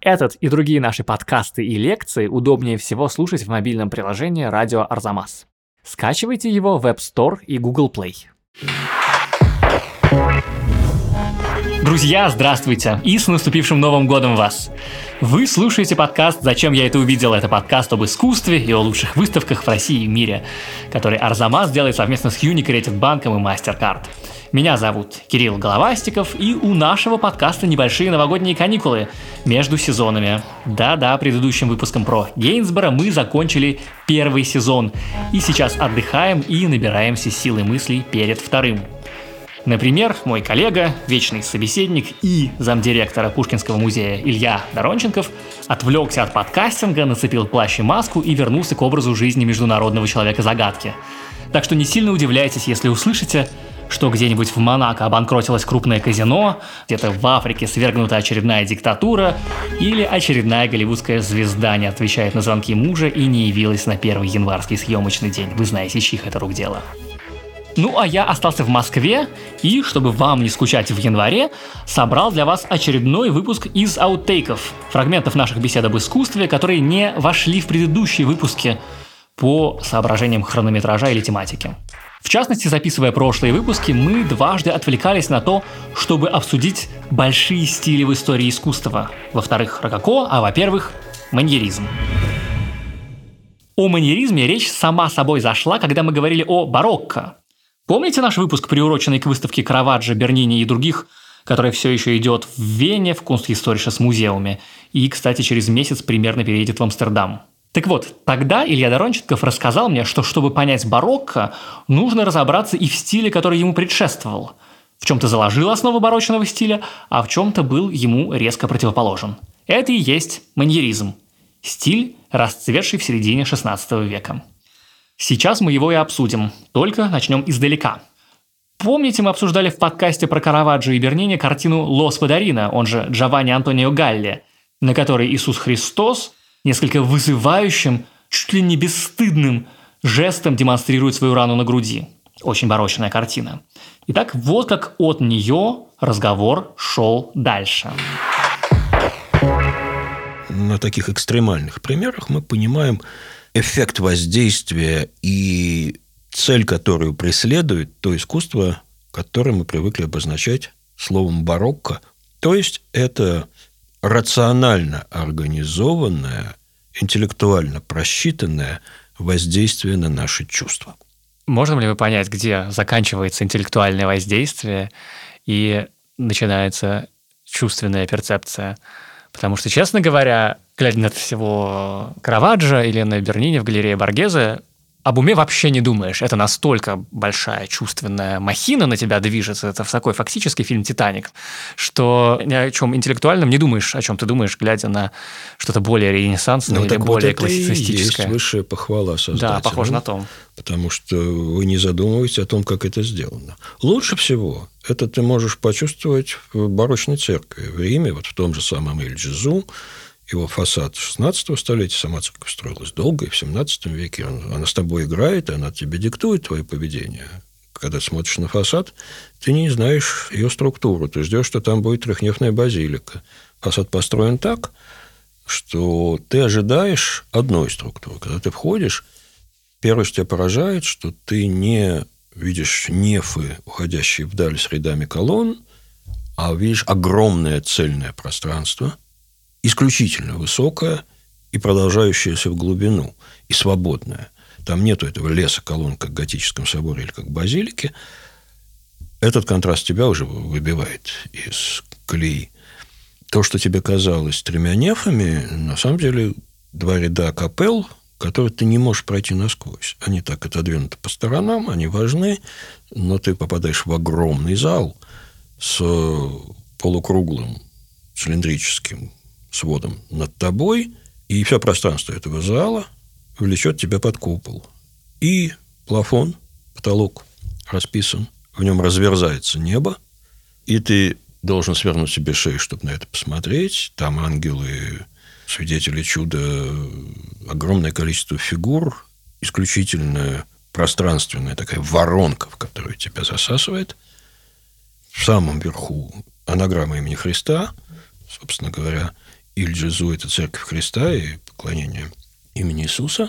Этот и другие наши подкасты и лекции удобнее всего слушать в мобильном приложении «Радио Арзамас». Скачивайте его в App Store и Google Play. Друзья, здравствуйте! И с наступившим Новым годом вас! Вы слушаете подкаст «Зачем я это увидел?» Это подкаст об искусстве и о лучших выставках в России и мире, который Арзамас делает совместно с Unicredit банком и MasterCard. Меня зовут Кирилл Головастиков, и у нашего подкаста небольшие новогодние каникулы между сезонами. Да-да, предыдущим выпуском про Гейнсборо мы закончили первый сезон, и сейчас отдыхаем и набираемся силы мыслей перед вторым. Например, мой коллега, вечный собеседник и замдиректора Пушкинского музея Илья Доронченков отвлекся от подкастинга, нацепил плащ и маску и вернулся к образу жизни международного человека-загадки. Так что не сильно удивляйтесь, если услышите, что где-нибудь в Монако обанкротилось крупное казино, где-то в Африке свергнута очередная диктатура, или очередная голливудская звезда не отвечает на звонки мужа и не явилась на первый январский съемочный день. Вы знаете, чьих это рук дело. Ну а я остался в Москве и, чтобы вам не скучать в январе, собрал для вас очередной выпуск из аутейков, фрагментов наших бесед об искусстве, которые не вошли в предыдущие выпуски по соображениям хронометража или тематики. В частности, записывая прошлые выпуски, мы дважды отвлекались на то, чтобы обсудить большие стили в истории искусства. Во-вторых, рококо, а во-первых, маньеризм. О маньеризме речь сама собой зашла, когда мы говорили о барокко. Помните наш выпуск, приуроченный к выставке Караваджо, Бернини и других, который все еще идет в Вене в Kunsthistorisches Museum и, кстати, через месяц примерно переедет в Амстердам? Так вот, тогда Илья Доронченков рассказал мне, что чтобы понять барокко, нужно разобраться и в стиле, который ему предшествовал. В чем-то заложил основу барочного стиля, а в чем-то был ему резко противоположен. Это и есть маньеризм. Стиль, расцветший в середине XVI века. Сейчас мы его и обсудим, только начнем издалека. Помните, мы обсуждали в подкасте про Караваджо и Бернини картину «Ло Спадарино», он же Джованни Антонио Галли, на которой Иисус Христос несколько вызывающим, чуть ли не бесстыдным жестом демонстрирует свою рану на груди. Очень барочная картина. Итак, вот как от нее разговор шел дальше. На таких экстремальных примерах мы понимаем эффект воздействия и цель, которую преследует то искусство, которое мы привыкли обозначать словом барокко. То есть это рационально организованное, интеллектуально просчитанное воздействие на наши чувства. Можно ли понять, где заканчивается интеллектуальное воздействие и начинается чувственная перцепция? Потому что, честно говоря, глядя на всего Караваджо или на Бернини в галерее Боргезе, об уме вообще не думаешь. Это настолько большая чувственная махина на тебя движется, это такой фактически фильм «Титаник», что ни о чем интеллектуальном не думаешь, о чем ты думаешь, глядя на что-то более ренессансное или более классицистическое. Это и есть высшая похвала создателю. Да, похоже на то. Потому что вы не задумываетесь о том, как это сделано. Лучше всего это ты можешь почувствовать в барочной церкви в Риме, вот в том же самом Эль-Джезу. Его фасад 16 столетия, сама церковь строилась долго, и в 17 веке она с тобой играет, и она тебе диктует твое поведение. Когда ты смотришь на фасад, ты не знаешь ее структуру, ты ждешь, что там будет трехнефная базилика. Фасад построен так, что ты ожидаешь одной структуры. Когда ты входишь, первое, что тебя поражает, что ты не видишь нефы, уходящие вдаль с рядами колонн, а видишь огромное цельное пространство, исключительно высокая и продолжающаяся в глубину, и свободная. Там нету этого леса колонн, как в готическом соборе или как в базилике. Этот контраст тебя уже выбивает из колеи. То, что тебе казалось тремя нефами, на самом деле два ряда капелл, которые ты не можешь пройти насквозь. Они так отодвинуты по сторонам, они важны, но ты попадаешь в огромный зал с полукруглым цилиндрическим сводом над тобой, и все пространство этого зала влечет тебя под купол. И плафон, потолок расписан, в нем разверзается небо, и ты должен свернуть себе шею, чтобы на это посмотреть. Там ангелы, свидетели чуда, огромное количество фигур, исключительно пространственная такая воронка, в которую тебя засасывает. В самом верху анаграмма имени Христа, собственно говоря, Иль-Джезу – это церковь Христа и поклонение имени Иисуса.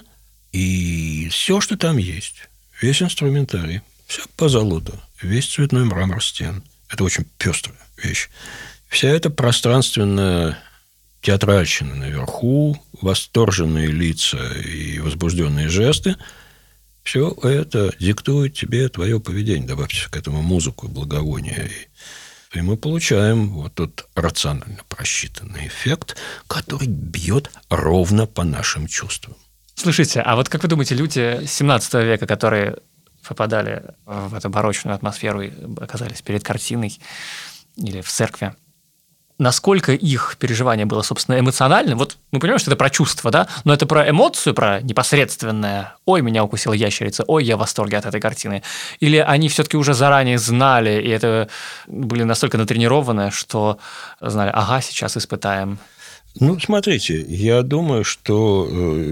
И все, что там есть, весь инструментарий, вся позолота, весь цветной мрамор стен – это очень пестрая вещь. Вся эта пространственная театральщина наверху, восторженные лица и возбужденные жесты – все это диктует тебе твое поведение. Добавьте к этому музыку, благовония. И мы получаем вот тот рационально просчитанный эффект, который бьет ровно по нашим чувствам. Слушайте, а вот как вы думаете, люди 17 века, которые попадали в эту барочную атмосферу и оказались перед картиной или в церкви, насколько их переживание было, собственно, эмоциональным? Вот мы понимаем, что это про чувства, да? Но это про эмоцию, про непосредственное. Ой, меня укусила ящерица, ой, я в восторге от этой картины. Или они все-таки уже заранее знали, и это были настолько натренированы, что знали, ага, сейчас испытаем. Ну, смотрите, я думаю, что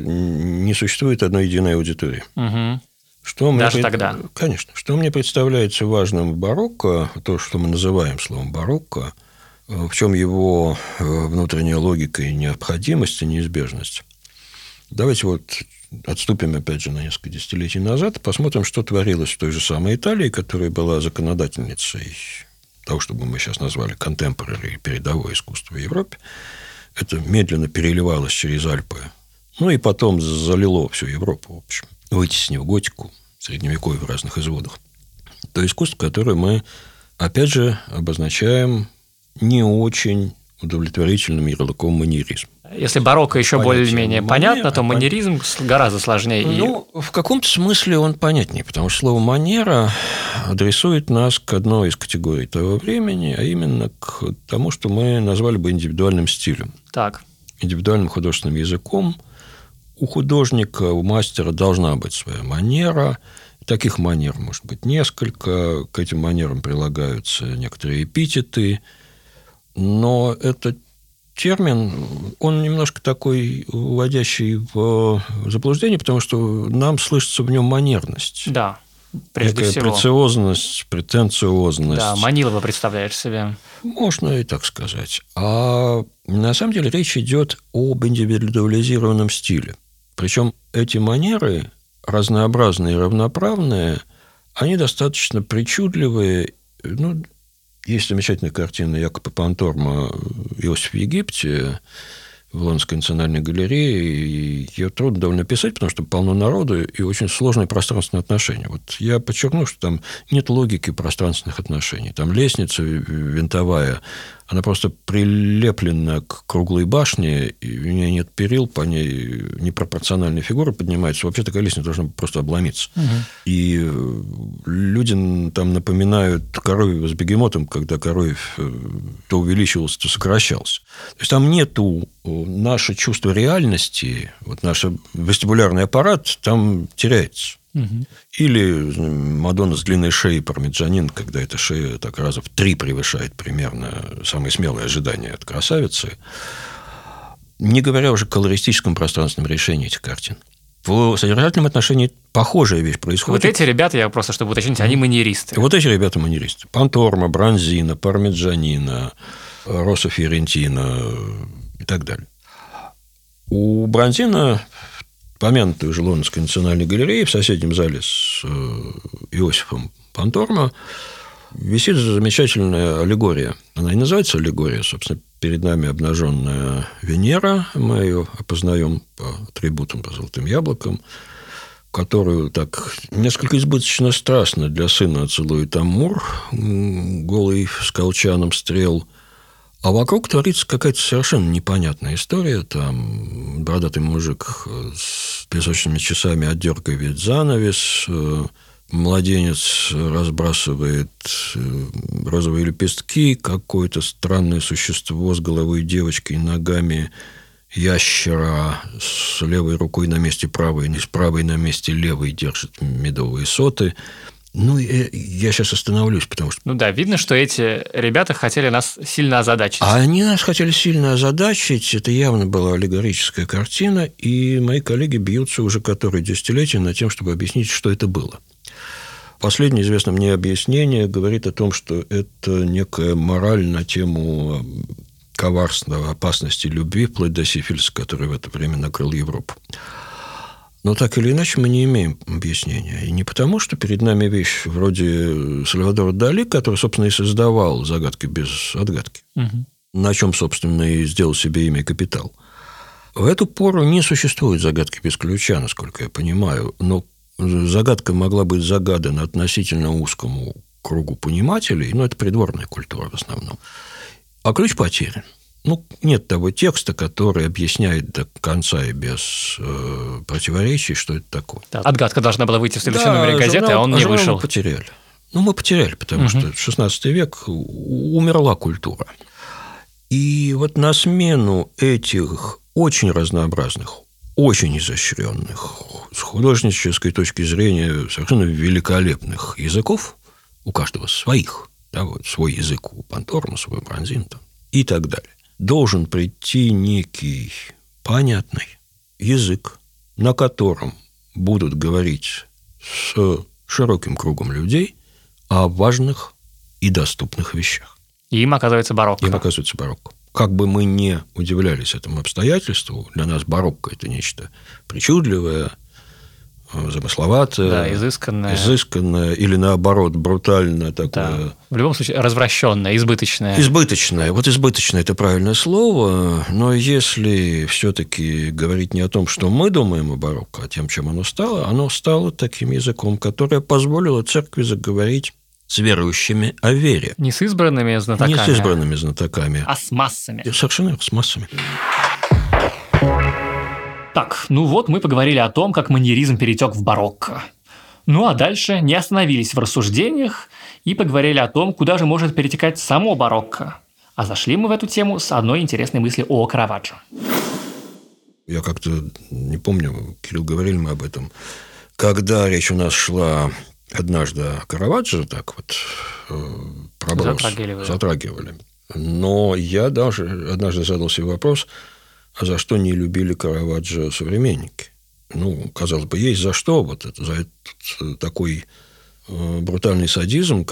не существует одной единой аудитории. Угу. Даже тогда? Конечно. Что мне представляется важным в барокко, то, что мы называем словом барокко, в чем его внутренняя логика и необходимость, и неизбежность. Давайте вот отступим, опять же, на несколько десятилетий назад и посмотрим, что творилось в той же самой Италии, которая была законодательницей того, что мы сейчас назвали contemporary, передовое искусство в Европе. Это медленно переливалось через Альпы. Ну, и потом залило всю Европу, в общем, вытеснив готику, средневековье в разных изводах. То искусство, которое мы, опять же, обозначаем не очень удовлетворительным ярлыком маньеризм. Если барокко еще более-менее понятно, то маньеризм гораздо сложнее. Ну, в каком-то смысле он понятнее, потому что слово «манера» адресует нас к одной из категорий того времени, а именно к тому, что мы назвали бы индивидуальным стилем. Так. Индивидуальным художественным языком. У художника, у мастера должна быть своя манера. Таких манер может быть несколько. К этим манерам прилагаются некоторые эпитеты. Но этот термин, он немножко такой уводящий в заблуждение, потому что нам слышится в нем манерность. Да, прежде всего. Претенциозность, претенциозность. Да, Манилова представляешь себе. Можно и так сказать. А на самом деле речь идет об индивидуализированном стиле. Причем эти манеры, разнообразные и равноправные, они достаточно причудливые. Ну, есть замечательная картина Якоба Панторма «Иосиф в Египте» в Лондонской национальной галерее. И ее трудно довольно писать, потому что полно народу и очень сложные пространственные отношения. Вот я подчеркну, что там нет логики пространственных отношений. Там лестница винтовая, она просто прилеплена к круглой башне, и у нее нет перил, по ней непропорциональная фигура поднимается. Вообще такая лестница должна просто обломиться. Угу. И люди там напоминают Коровьева с бегемотом, когда Коровьев то увеличивался, то сокращался. То есть там нету наше чувство реальности, вот наш вестибулярный аппарат там теряется. Угу. Или Мадонна с длинной шеей Пармиджанин, когда эта шея так раза в 3 превышает примерно самые смелые ожидания от красавицы. Не говоря уже о колористическом пространственном решении этих картин. В содержательном отношении похожая вещь происходит. Вот эти ребята, я просто, чтобы уточнить, они маньеристы. Вот эти ребята маньеристы. Панторма, Бронзина, Пармиджанина, Россо Фиорентино и так далее. У Бронзина, помянутой уже Лондонской национальной галереи, в соседнем зале с Иосифом Панторма, висит замечательная аллегория. Она и называется аллегория, собственно, перед нами обнаженная Венера, мы ее опознаем по атрибутам, по золотым яблокам, которую так несколько избыточно страстно для сына целует Амур, голый с колчаном стрел. А вокруг творится какая-то совершенно непонятная история. Там бородатый мужик с песочными часами отдергивает занавес, младенец разбрасывает розовые лепестки, какое-то странное существо с головой девочки и ногами ящера с левой рукой на месте правой, с правой на месте левой держит медовые соты. Ну, я сейчас остановлюсь, потому что... Ну да, видно, что эти ребята хотели нас сильно озадачить. А они нас хотели сильно озадачить. Это явно была аллегорическая картина, и мои коллеги бьются уже которые десятилетия над тем, чтобы объяснить, что это было. Последнее известное мне объяснение говорит о том, что это некая мораль на тему коварства, опасности любви, вплоть до сифилиса, который в это время накрыл Европу. Но так или иначе мы не имеем объяснения. И не потому, что перед нами вещь вроде Сальвадора Дали, который, собственно, и создавал загадки без отгадки, на чем, собственно, и сделал себе имя и капитал. В эту пору не существует загадки без ключа, насколько я понимаю, но загадка могла быть загадана относительно узкому кругу понимателей, но это придворная культура в основном. А ключ потерян. Нет того текста, который объясняет до конца и без противоречий, что это такое. Да, отгадка должна была выйти в следующем номере газеты, а он не вышел. Мы потеряли. Мы потеряли, потому что в XVI век умерла культура. И вот на смену этих очень разнообразных, очень изощренных, с художнической точки зрения совершенно великолепных языков, у каждого своих, да, вот свой язык у Панторма, свой Бронзин и так далее, должен прийти некий понятный язык, на котором будут говорить с широким кругом людей о важных и доступных вещах. И им оказывается барокко. Как бы мы ни удивлялись этому обстоятельству, для нас барокко – это нечто причудливое, замысловатое, изысканное или, наоборот, брутально такое. Да. В любом случае, развращенное, избыточное. Избыточное. Вот избыточное – это правильное слово, но если все-таки говорить не о том, что мы думаем о барокко, а тем, чем оно стало таким языком, которое позволило церкви заговорить с верующими о вере. Не с избранными знатоками. А с массами. Совершенно с массами. Так, мы поговорили о том, как маньеризм перетек в барокко. А дальше не остановились в рассуждениях и поговорили о том, куда же может перетекать само барокко. А зашли мы в эту тему с одной интересной мысли о Караваджо. Я как-то не помню, Кирилл, говорили мы об этом. Когда речь у нас шла однажды о Караваджо, так вот проброс, затрагивали. Но я даже однажды задал себе вопрос, а за что не любили Караваджо современники? Казалось бы, есть за что. За этот такой брутальный садизм,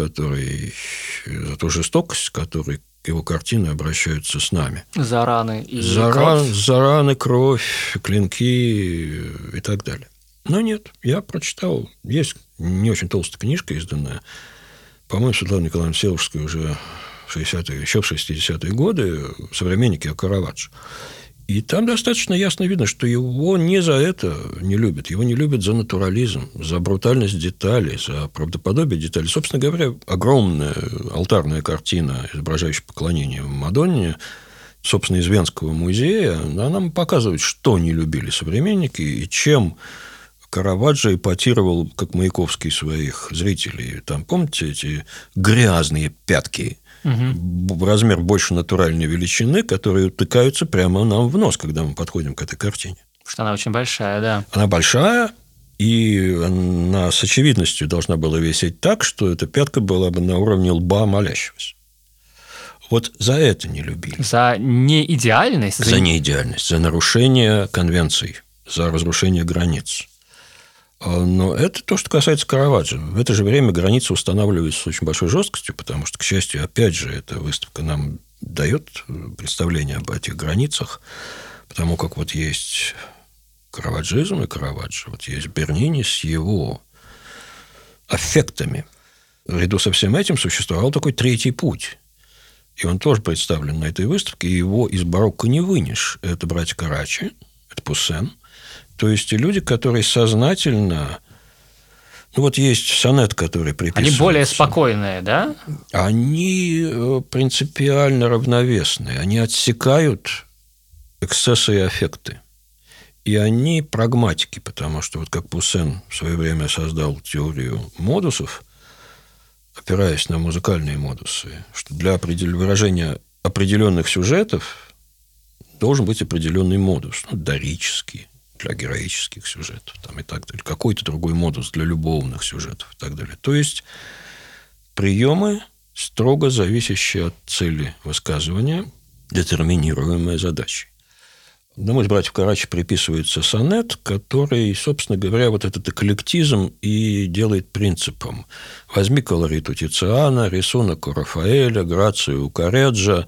за ту жестокость, с которой его картины обращаются с нами. За раны и кровь. За раны, кровь, клинки и так далее. Но нет, я прочитал, есть не очень толстая книжка, изданная, по-моему, Светланой Николаевной Всеволожской уже еще в 60-е годы, «Современники» о Караваджо. И там достаточно ясно видно, что его не за это не любят. Его не любят за натурализм, за брутальность деталей, за правдоподобие деталей. Собственно говоря, огромная алтарная картина, изображающая поклонение Мадонне, собственно, из Венского музея, она нам показывает, что не любили современники и чем Караваджо эпатировал, как Маяковский, своих зрителей. Там, помните, эти грязные пятки, размер больше натуральной величины, которые утыкаются прямо нам в нос, когда мы подходим к этой картине. Потому что она очень большая, да. Она большая, и она с очевидностью должна была висеть так, что эта пятка была бы на уровне лба молящегося. Вот за это не любили. За неидеальность? За неидеальность, за нарушение конвенций, за разрушение границ. Но это то, что касается Караваджо. В это же время границы устанавливаются с очень большой жесткостью, потому что, к счастью, опять же, эта выставка нам дает представление об этих границах, потому как вот есть караваджизм и Караваджо, вот есть Бернини с его аффектами. Наряду со всем этим существовал такой третий путь. И он тоже представлен на этой выставке, и его из барокко не вынешь. Это братья Карачи, это Пуссен. То есть люди, которые сознательно... есть сонет, который приписывается. Они более спокойные, да? Они принципиально равновесные. Они отсекают эксцессы и аффекты. И они прагматики, потому что, как Пуссен в свое время создал теорию модусов, опираясь на музыкальные модусы, что для выражения определенных сюжетов должен быть определенный модус, дорический, для героических сюжетов и так далее, какой-то другой модус для любовных сюжетов и так далее. То есть приемы, строго зависящие от цели высказывания, детерминируемые задачей. Одному из братьев Карачи приписывается сонет, который, собственно говоря, вот этот эклектизм и делает принципом. Возьми колорит у Тициана, рисунок у Рафаэля, грацию у Корреджо,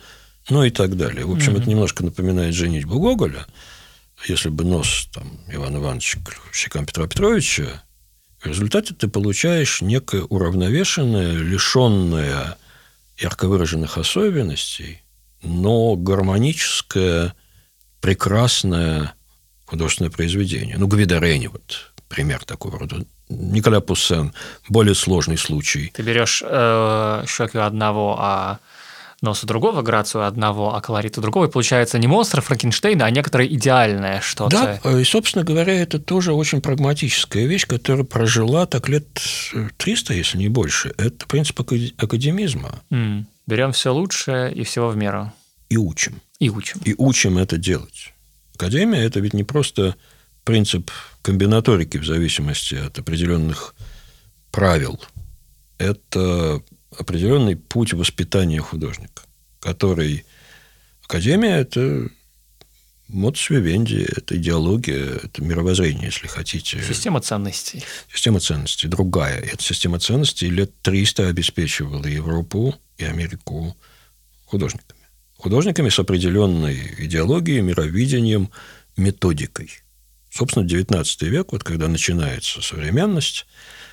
ну и так далее. В общем, это немножко напоминает «Женитьбу Гоголя». Если бы нос там, Ивана Ивановича к щекам Петра Петровича, в результате ты получаешь некое уравновешенное, лишенное ярко выраженных особенностей, но гармоническое, прекрасное художественное произведение. Ну, Гвидо Рени, вот пример такого рода. Николя Пуссен, более сложный случай. Ты берешь щеки одного, а нос у другого, грацию одного, а колорит у другого, и получается не монстр Франкенштейна, а некоторое идеальное что-то. Да, и, собственно говоря, это тоже очень прагматическая вещь, которая прожила так лет 300, если не больше. Это принцип академизма. Берем все лучшее и всего в меру. И учим. И учим. И учим это делать. Академия – это ведь не просто принцип комбинаторики в зависимости от определенных правил. Это определенный путь воспитания художника, который... Академия – это модус вивенди, это идеология, это мировоззрение, если хотите. Система ценностей. Система ценностей другая. Эта система ценностей лет 300 обеспечивала Европу и Америку художниками. Художниками с определенной идеологией, мировидением, методикой. Собственно, XIX век, вот когда начинается современность,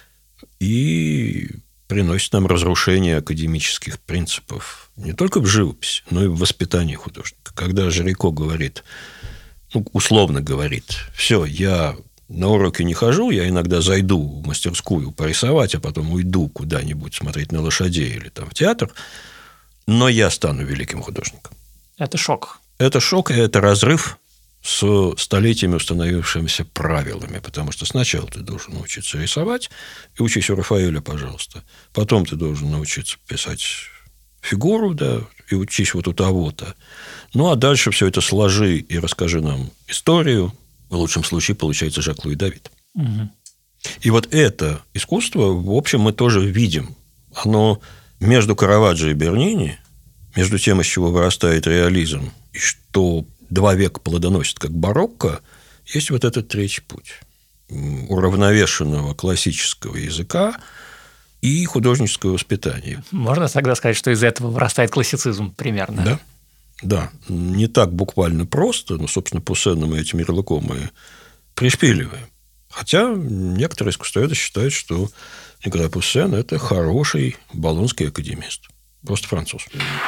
и приносит нам разрушение академических принципов не только в живописи, но и в воспитании художника. Когда Жирико говорит, ну, условно говорит, все, я на уроки не хожу, я иногда зайду в мастерскую порисовать, а потом уйду куда-нибудь смотреть на лошадей или там в театр, но я стану великим художником. Это шок. Это шок, и это разрыв с столетиями установившимися правилами, потому что сначала ты должен научиться рисовать, и учись у Рафаэля, пожалуйста. Потом ты должен научиться писать фигуру, да, и учись вот у того-то. Ну, а дальше все это сложи и расскажи нам историю. В лучшем случае получается Жак-Луи Давид. Угу. И вот это искусство, в общем, мы тоже видим. Оно между Караваджо и Бернини, между тем, из чего вырастает реализм, и что 2 века плодоносит, как барокко, есть вот этот третий путь уравновешенного классического языка и художнического воспитания. Можно тогда сказать, что из этого вырастает классицизм примерно? Да, да. Не так буквально просто, но, собственно, Пуссена мы этим ярлыком и пришпиливаем. Хотя некоторые искусствоведы считают, что Николя Пуссен – это хороший болонский академист. Просто француз.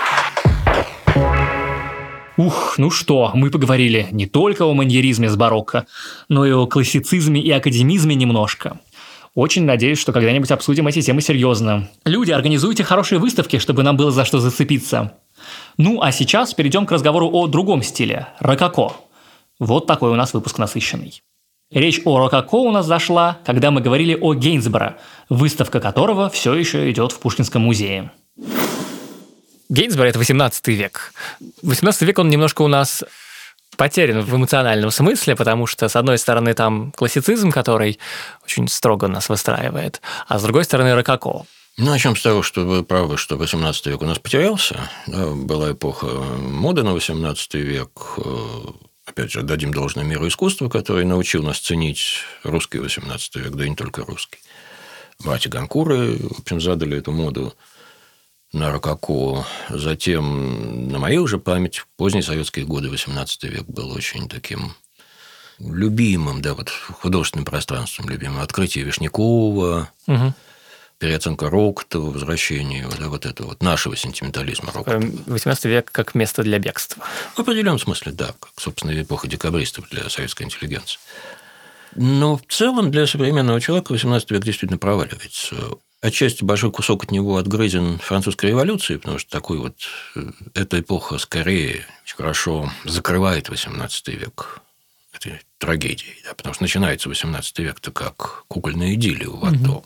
Ну что, мы поговорили не только о маньеризме с барокко, но и о классицизме и академизме немножко. Очень надеюсь, что когда-нибудь обсудим эти темы серьезно. Люди, организуйте хорошие выставки, чтобы нам было за что зацепиться. Ну, а сейчас перейдем к разговору о другом стиле – рококо. Вот такой у нас выпуск насыщенный. Речь о рококо у нас зашла, когда мы говорили о Гейнсборо, выставка которого все еще идет в Пушкинском музее. Гейнсборо – это 18 век. 18 век он немножко у нас потерян в эмоциональном смысле, потому что, с одной стороны, там классицизм, который очень строго нас выстраивает, а с другой стороны, рококо. Ну, начнем с того, что вы правы, что 18 век у нас потерялся. Да, была эпоха моды на 18 век. Опять же, дадим должное миру искусства, который научил нас ценить русский 18 век, да и не только русский. Братья Ганкуры, в общем, задали эту моду на рококо. Затем, на моей уже память, в поздние советские годы 18 век был очень таким любимым, да, вот художественным пространством любимым. Открытие Вишнякова, переоценка Рокотова, возвращение, да, вот этого вот нашего сентиментализма Рокотова. 18 век как место для бегства. В определенном смысле, да, как, собственно, эпоха декабристов для советской интеллигенции. Но в целом для современного человека 18 век действительно проваливается. Отчасти большой кусок от него отгрызен французской революцией, потому что такой вот эта эпоха скорее очень хорошо закрывает 18 век этой трагедией, да, потому что начинается 18 век-то как кукольная идиллия у Ватто.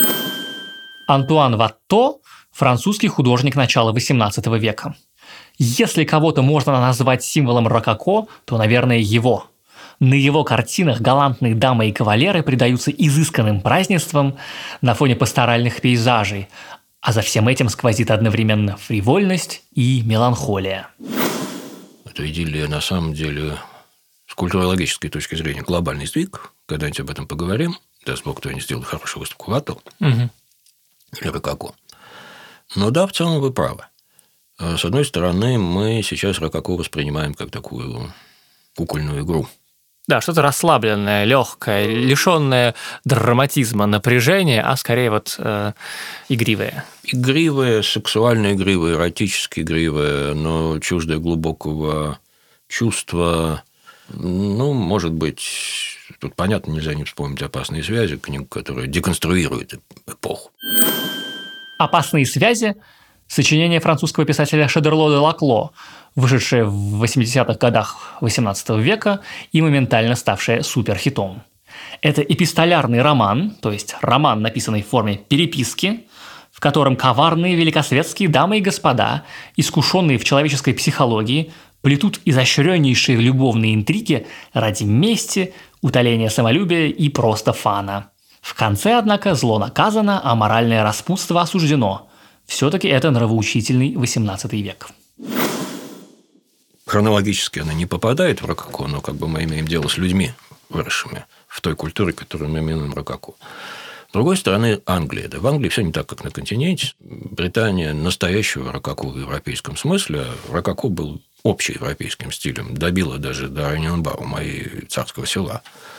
Антуан Ватто – французский художник начала 18 века. Если кого-то можно назвать символом рококо, то, наверное, его. На его картинах галантные дамы и кавалеры предаются изысканным празднествам на фоне пасторальных пейзажей, а за всем этим сквозит одновременно фривольность и меланхолия. Это идиллия, на самом деле, с культурологической точки зрения, глобальный сдвиг. Когда-нибудь об этом поговорим. Даст Бог, кто-нибудь сделает хорошую выставку Ватто или рококо. Но да, в целом вы правы. С одной стороны, мы сейчас рококо воспринимаем как такую кукольную игру. Да, что-то расслабленное, легкое, лишенное драматизма, напряжения, а скорее игривое. Игривое, сексуально игривое, эротически игривое, но чуждое глубокого чувства. Может быть, тут, понятно, нельзя не вспомнить «Опасные связи», книгу, которая деконструирует эпоху. «Опасные связи» – сочинение французского писателя Шодерло де Лакло, вышедшее в 80-х годах XVIII века и моментально ставшее суперхитом. Это эпистолярный роман, то есть роман, написанный в форме переписки, в котором коварные великосветские дамы и господа, искушенные в человеческой психологии, плетут изощреннейшие любовные интриги ради мести, утоления самолюбия и просто фана. В конце, однако, зло наказано, а моральное распутство осуждено. Все-таки это нравоучительный XVIII век. Хронологически она не попадает в рококо, но мы имеем дело с людьми, выросшими в той культуре, которую мы именуем рококо. С другой стороны, Англия. Да, в Англии все не так, как на континенте. Британия настоящего рококо в европейском смысле. Рококо был общеевропейским стилем, добило даже до Оренбаума и Царского Села.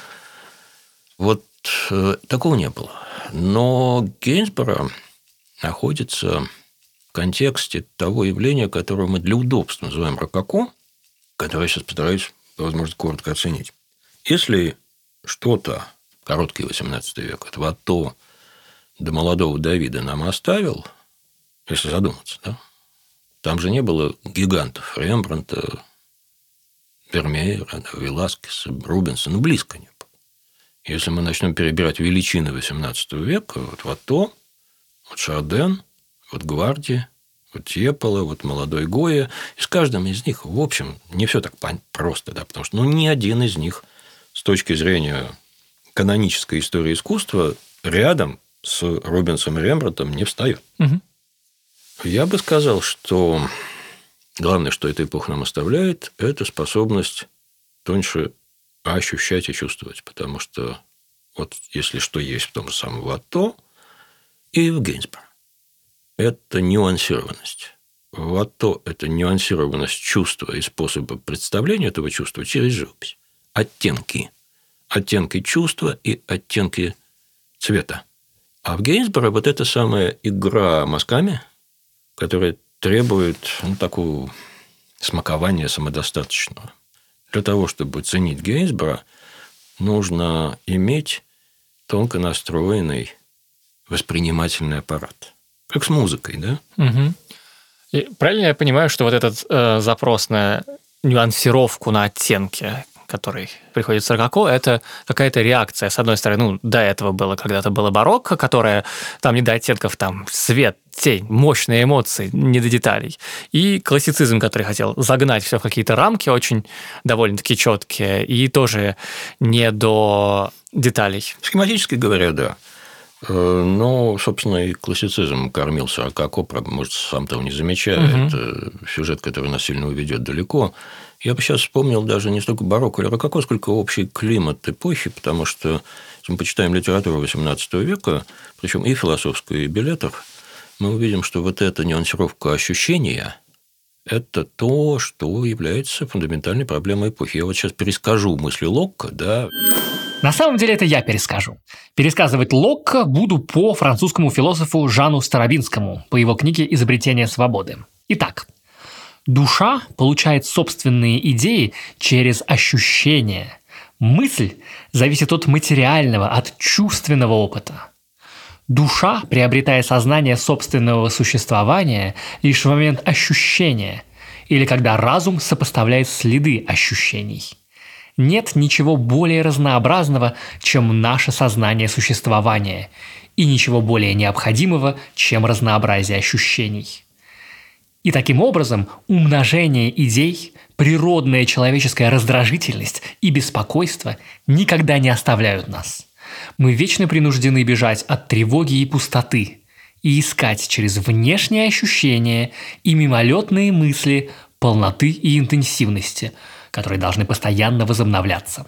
Такого не было. Но Гейнсборо находится в контексте того явления, которое мы для удобства называем рококо, которое я сейчас постараюсь, возможно, коротко оценить. Если что-то, короткий XVIII век, от Ватто до молодого Давида нам оставил, если задуматься, да, там же не было гигантов Рембрандта, Вермеера, Веласкеса, Рубенса, близко не было. Если мы начнем перебирать величины XVIII века, Ватто, Шарден, Гварди, Тьепола, молодой Гойя, и с каждым из них, в общем, не все так просто, да, потому что ни один из них с точки зрения канонической истории искусства рядом с Рубенсом и Рембрандтом не встает. Угу. Я бы сказал, что главное, что эта эпоха нам оставляет, это способность тоньше ощущать и чувствовать, потому что если что есть в том же самом Ватто и в Гейнсборо, это нюансированность. Ватто – это нюансированность чувства и способа представления этого чувства через живопись. Оттенки. Оттенки чувства и оттенки цвета. А в Гейнсборо эта самая игра мазками, которая требует такого смакования самодостаточного. Для того, чтобы ценить Гейнсборо, нужно иметь тонко настроенный воспринимательный аппарат. Как с музыкой, да? Угу. И правильно я понимаю, что этот запрос на нюансировку, на оттенки, который приходит с рококо, это какая-то реакция. С одной стороны, до этого когда-то было барокко, которое там не до оттенков, там свет, тень, мощные эмоции, не до деталей. И классицизм, который хотел загнать все в какие-то рамки, очень довольно-таки четкие, и тоже не до деталей. Схематически говоря, да. Но, собственно, и классицизм кормился рококо, может, сам того не замечая. Это сюжет, который нас сильно уведет далеко. Я бы сейчас вспомнил даже не столько барокко или рококо, сколько общий климат эпохи, потому что, если мы почитаем литературу XVIII века, причем и философскую, и Беллетов, мы увидим, что эта нюансировка ощущения – это то, что является фундаментальной проблемой эпохи. Я сейчас перескажу мысли Локка, да. На самом деле это я перескажу. Пересказывать Локка буду по французскому философу Жану Старобинскому, по его книге «Изобретение свободы». Итак, душа получает собственные идеи через ощущения. Мысль зависит от материального, от чувственного опыта. Душа приобретает сознание собственного существования лишь в момент ощущения, или когда разум сопоставляет следы ощущений. Нет ничего более разнообразного, чем наше сознание существования, и ничего более необходимого, чем разнообразие ощущений. И таким образом умножение идей, природная человеческая раздражительность и беспокойство никогда не оставляют нас. Мы вечно принуждены бежать от тревоги и пустоты и искать через внешние ощущения и мимолетные мысли полноты и интенсивности, которые должны постоянно возобновляться.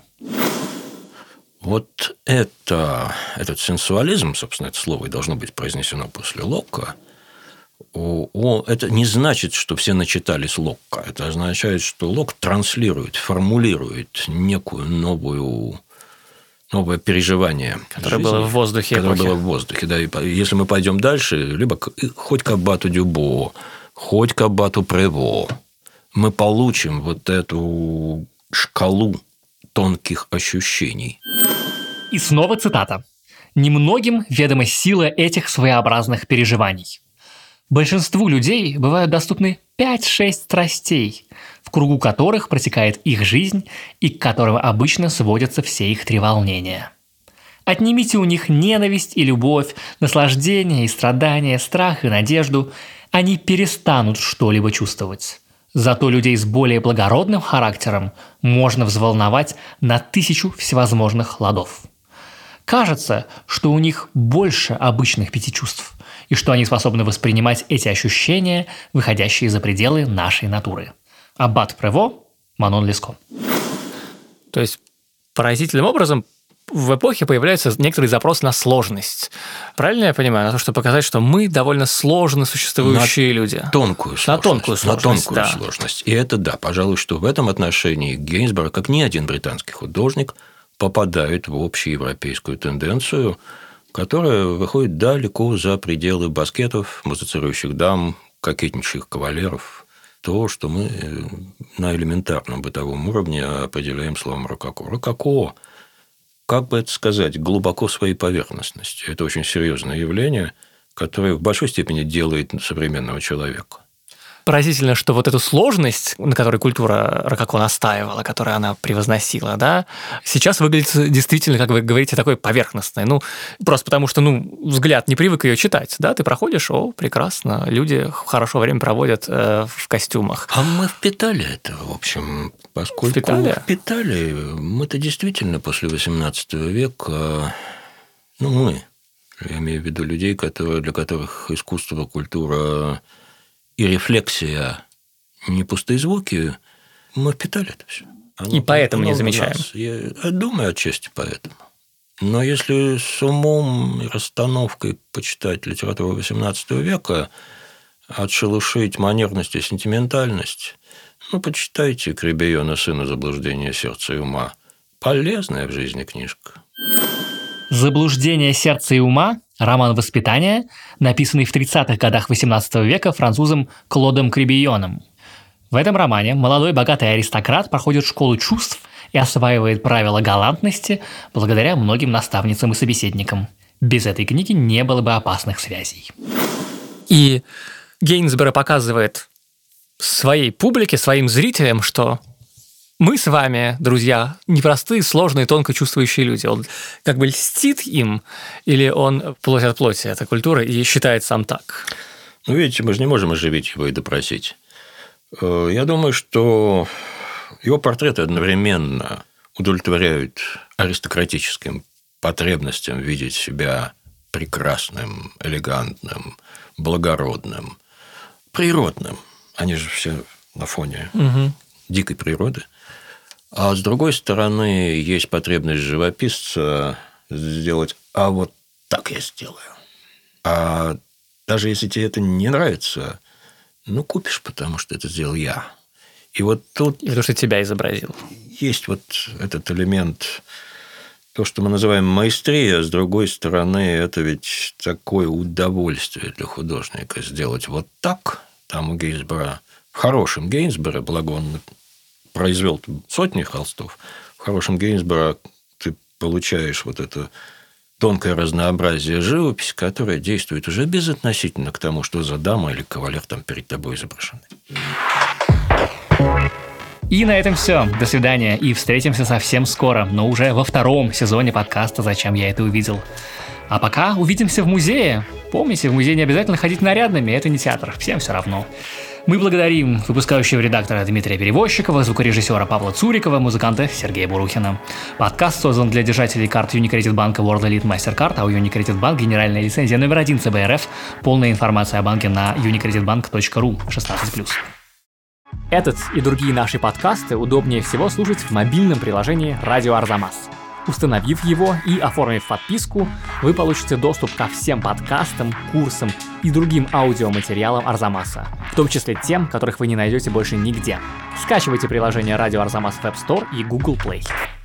Этот сенсуализм, собственно, это слово и должно быть произнесено после Локка, Это не значит, что все начитались Локка. Это означает, что Локк транслирует, формулирует некую новое переживание. Которое было в воздухе. Которое было в воздухе. Да, и если мы пойдем дальше, либо хоть к аббату Дюбо, хоть к аббату Прево, мы получим вот эту шкалу тонких ощущений. И снова цитата. «Немногим ведома сила этих своеобразных переживаний. Большинству людей бывают доступны 5-6 страстей, в кругу которых протекает их жизнь и к которым обычно сводятся все их треволнения. Отнимите у них ненависть и любовь, наслаждение и страдания, страх и надежду, они перестанут что-либо чувствовать. Зато людей с более благородным характером можно взволновать на 1000 всевозможных ладов. Кажется, что у них больше обычных 5 чувств, и что они способны воспринимать эти ощущения, выходящие за пределы нашей натуры». Аббат Прево, Манон Леско. То есть, поразительным образом в эпохе появляется некоторый запрос на сложность. Правильно я понимаю? На то, чтобы показать, что мы довольно сложно существующие люди. На тонкую сложность. И это, да, пожалуй, что в этом отношении Гейнсборо, как ни один британский художник, попадает в общеевропейскую тенденцию, которая выходит далеко за пределы баскетов, музицирующих дам, кокетничающих кавалеров. То, что мы на элементарном бытовом уровне определяем словом «рококо». Рококо, как бы это сказать, глубоко своей поверхностностью. Это очень серьезное явление, которое в большой степени делает современного человека. Поразительно, что вот эту сложность, на которой культура рококо настаивала, которую она превозносила, да, сейчас выглядит действительно, как вы говорите, такой поверхностной. Просто потому что, взгляд не привык ее читать, да, ты проходишь, прекрасно, люди хорошо время проводят в костюмах. А мы впитали это, в общем, поскольку впитали. Мы-то действительно после XVIII века, я имею в виду людей, для которых искусство, культура и рефлексия не пустые звуки, мы впитали это все. И поэтому не замечаем. Я думаю, отчасти поэтому. Но если с умом и расстановкой почитать литературу XVIII века, отшелушить манерность и сентиментальность, почитайте Кребейона «Сына заблуждения сердца и ума». Полезная в жизни книжка. «Заблуждение сердца и ума» – роман «Воспитание», написанный в 30-х годах XVIII века французом Клодом Кребейоном. В этом романе молодой богатый аристократ проходит школу чувств и осваивает правила галантности благодаря многим наставницам и собеседникам. Без этой книги не было бы опасных связей. И Гейнсборо показывает своей публике, своим зрителям, что мы с вами, друзья, непростые, сложные, тонко чувствующие люди. Он как бы льстит им, или он плоть от плоти, эта культура, и считает сам так? Видите, мы же не можем оживить его и допросить. Я думаю, что его портреты одновременно удовлетворяют аристократическим потребностям видеть себя прекрасным, элегантным, благородным, природным. Они же все на фоне дикой природы. А с другой стороны, есть потребность живописца сделать «а вот так я сделаю». А даже если тебе это не нравится, купишь, потому что это сделал я. И вот тут... И потому что тебя изобразил. Есть вот этот элемент, то, что мы называем маэстрия, а с другой стороны, это ведь такое удовольствие для художника сделать вот так. Там у Гейнсборо, в хорошем Гейнсборо, благо он произвел сотни холстов, в хорошем Гейнсборо ты получаешь вот это тонкое разнообразие живописи, которое действует уже безотносительно к тому, что за дама или кавалер там перед тобой изображены. И на этом все. До свидания. И встретимся совсем скоро, но уже во 2-м сезоне подкаста «Зачем я это увидел». А пока увидимся в музее. Помните, в музей не обязательно ходить нарядными, это не театр, всем все равно. Мы благодарим выпускающего редактора Дмитрия Перевозчикова, звукорежиссера Павла Цурикова, музыканта Сергея Бурухина. Подкаст создан для держателей карт Unicredit банка World Elite MasterCard, а у Unicredit Bank генеральная лицензия номер 1 ЦБРФ. Полная информация о банке на unicreditbank.ru 16+. Этот и другие наши подкасты удобнее всего слушать в мобильном приложении «Радио Арзамас». Установив его и оформив подписку, вы получите доступ ко всем подкастам, курсам и другим аудиоматериалам Арзамаса, в том числе тем, которых вы не найдете больше нигде. Скачивайте приложение Радио Арзамас в App Store и Google Play.